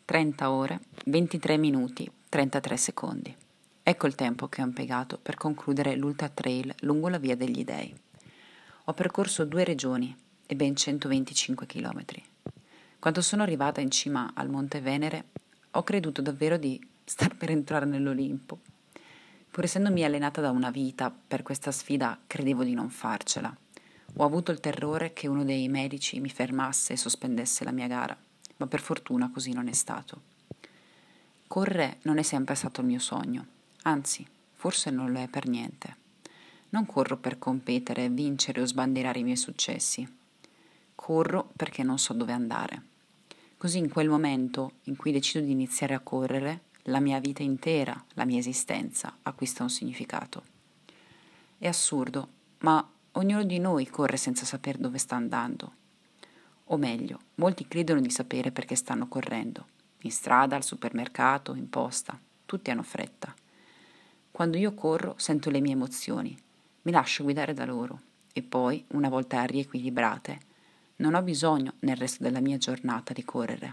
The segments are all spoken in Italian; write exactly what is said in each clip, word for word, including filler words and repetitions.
trenta ore, ventitré minuti, trentatré secondi. Ecco il tempo che ho impiegato per concludere l'Ultra Trail lungo la Via degli Dei. Ho percorso due regioni e ben centoventicinque chilometri. Quando sono arrivata in cima al Monte Venere, ho creduto davvero di star per entrare nell'Olimpo. Pur essendomi allenata da una vita per questa sfida, credevo di non farcela. Ho avuto il terrore che uno dei medici mi fermasse e sospendesse la mia gara, ma per fortuna così non è stato. Correre non è sempre stato il mio sogno, anzi, forse non lo è per niente. Non corro per competere, vincere o sbandierare i miei successi. Corro perché non so dove andare. Così in quel momento in cui decido di iniziare a correre, la mia vita intera, la mia esistenza, acquista un significato. È assurdo, ma ognuno di noi corre senza sapere dove sta andando. O meglio, molti credono di sapere perché stanno correndo. In strada, al supermercato, in posta. Tutti hanno fretta. Quando io corro, sento le mie emozioni. Mi lascio guidare da loro. E poi, una volta riequilibrate, non ho bisogno nel resto della mia giornata di correre.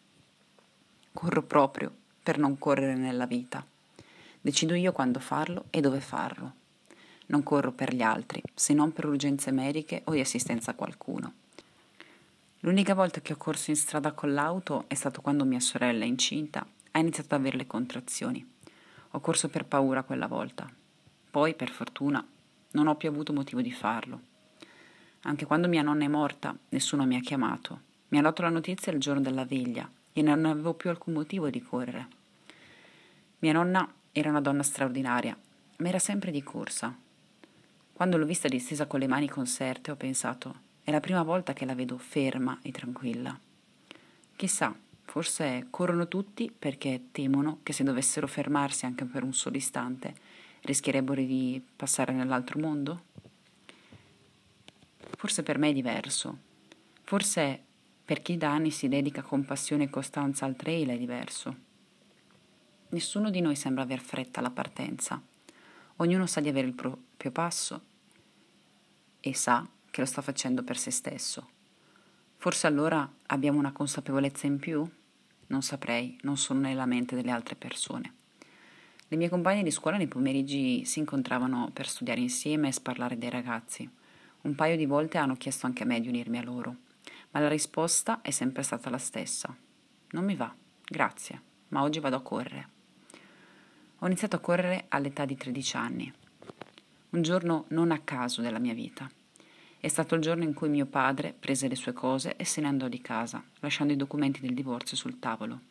Corro proprio per non correre nella vita. Decido io quando farlo e dove farlo. Non corro per gli altri, se non per urgenze mediche o di assistenza a qualcuno. L'unica volta che ho corso in strada con l'auto è stato quando mia sorella, incinta, ha iniziato ad avere le contrazioni. Ho corso per paura quella volta. Poi, per fortuna, non ho più avuto motivo di farlo. Anche quando mia nonna è morta, nessuno mi ha chiamato. Mi ha dato la notizia il giorno della veglia e non avevo più alcun motivo di correre. Mia nonna era una donna straordinaria, ma era sempre di corsa. Quando l'ho vista distesa con le mani conserte, ho pensato: è la prima volta che la vedo ferma e tranquilla. Chissà, forse corrono tutti perché temono che se dovessero fermarsi anche per un solo istante, rischierebbero di passare nell'altro mondo? Forse per me è diverso. Forse per chi da anni si dedica con passione e costanza al trail è diverso. Nessuno di noi sembra aver fretta alla partenza. Ognuno sa di avere il proprio passo e sa che lo sta facendo per se stesso. Forse allora abbiamo una consapevolezza in più? Non saprei, non sono nella mente delle altre persone. Le mie compagne di scuola nei pomeriggi si incontravano per studiare insieme e sparlare dei ragazzi. Un paio di volte hanno chiesto anche a me di unirmi a loro, ma la risposta è sempre stata la stessa. Non mi va, grazie, ma oggi vado a correre. Ho iniziato a correre all'età di tredici anni. Un giorno non a caso della mia vita. È stato il giorno in cui mio padre prese le sue cose e se ne andò di casa, lasciando i documenti del divorzio sul tavolo.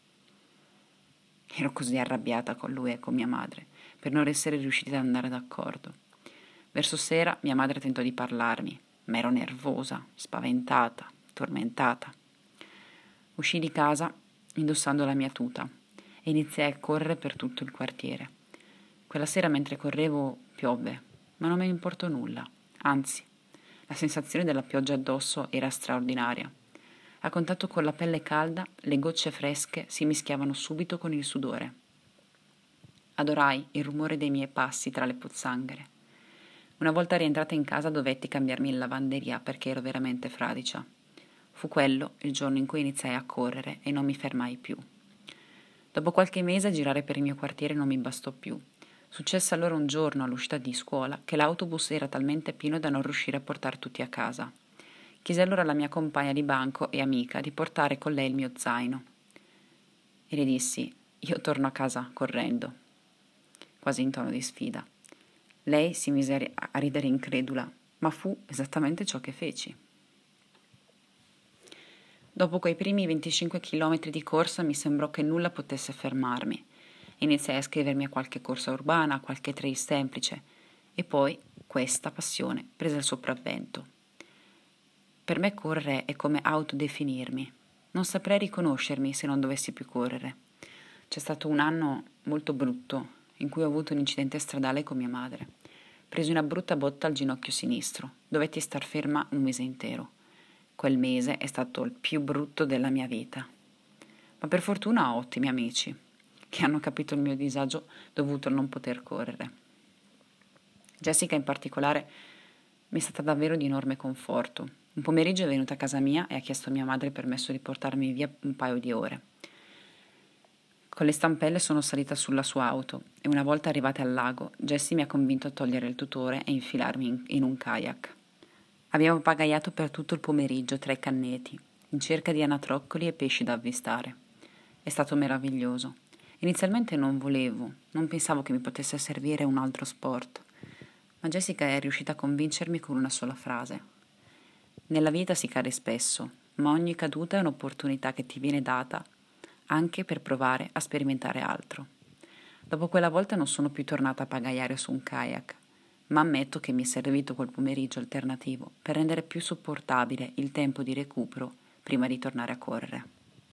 Ero così arrabbiata con lui e con mia madre, per non essere riusciti ad andare d'accordo. Verso sera mia madre tentò di parlarmi, ma ero nervosa, spaventata, tormentata. Uscii di casa indossando la mia tuta e iniziai a correre per tutto il quartiere. Quella sera mentre correvo piovve, ma non me ne importò nulla, anzi, la sensazione della pioggia addosso era straordinaria. A contatto con la pelle calda, le gocce fresche si mischiavano subito con il sudore. Adorai il rumore dei miei passi tra le pozzanghere. Una volta rientrata in casa dovetti cambiarmi in lavanderia perché ero veramente fradicia. Fu quello il giorno in cui iniziai a correre e non mi fermai più. Dopo qualche mese girare per il mio quartiere non mi bastò più. Successe allora un giorno all'uscita di scuola che l'autobus era talmente pieno da non riuscire a portare tutti a casa. Chiesi allora alla mia compagna di banco e amica di portare con lei il mio zaino. E le dissi: io torno a casa correndo, quasi in tono di sfida. Lei si mise a ridere incredula, ma fu esattamente ciò che feci. Dopo quei primi venticinque chilometri di corsa mi sembrò che nulla potesse fermarmi. Iniziai a iscrivermi a qualche corsa urbana, a qualche trail semplice, e poi questa passione prese il sopravvento. Per me correre è come autodefinirmi. Non saprei riconoscermi se non dovessi più correre. C'è stato un anno molto brutto in cui ho avuto un incidente stradale con mia madre. Presi una brutta botta al ginocchio sinistro. Dovetti star ferma un mese intero. Quel mese è stato il più brutto della mia vita. Ma per fortuna ho ottimi amici che hanno capito il mio disagio dovuto al non poter correre. Jessica in particolare mi è stata davvero di enorme conforto. Un pomeriggio è venuta a casa mia e ha chiesto a mia madre il permesso di portarmi via un paio di ore. Con le stampelle sono salita sulla sua auto e una volta arrivate al lago, Jessie mi ha convinto a togliere il tutore e infilarmi in, in un kayak. Abbiamo pagaiato per tutto il pomeriggio tra i canneti, in cerca di anatroccoli e pesci da avvistare. È stato meraviglioso. Inizialmente non volevo, non pensavo che mi potesse servire un altro sport, ma Jessica è riuscita a convincermi con una sola frase. Nella vita si cade spesso, ma ogni caduta è un'opportunità che ti viene data anche per provare a sperimentare altro. Dopo quella volta non sono più tornata a pagaiare su un kayak, ma ammetto che mi è servito quel pomeriggio alternativo per rendere più sopportabile il tempo di recupero prima di tornare a correre.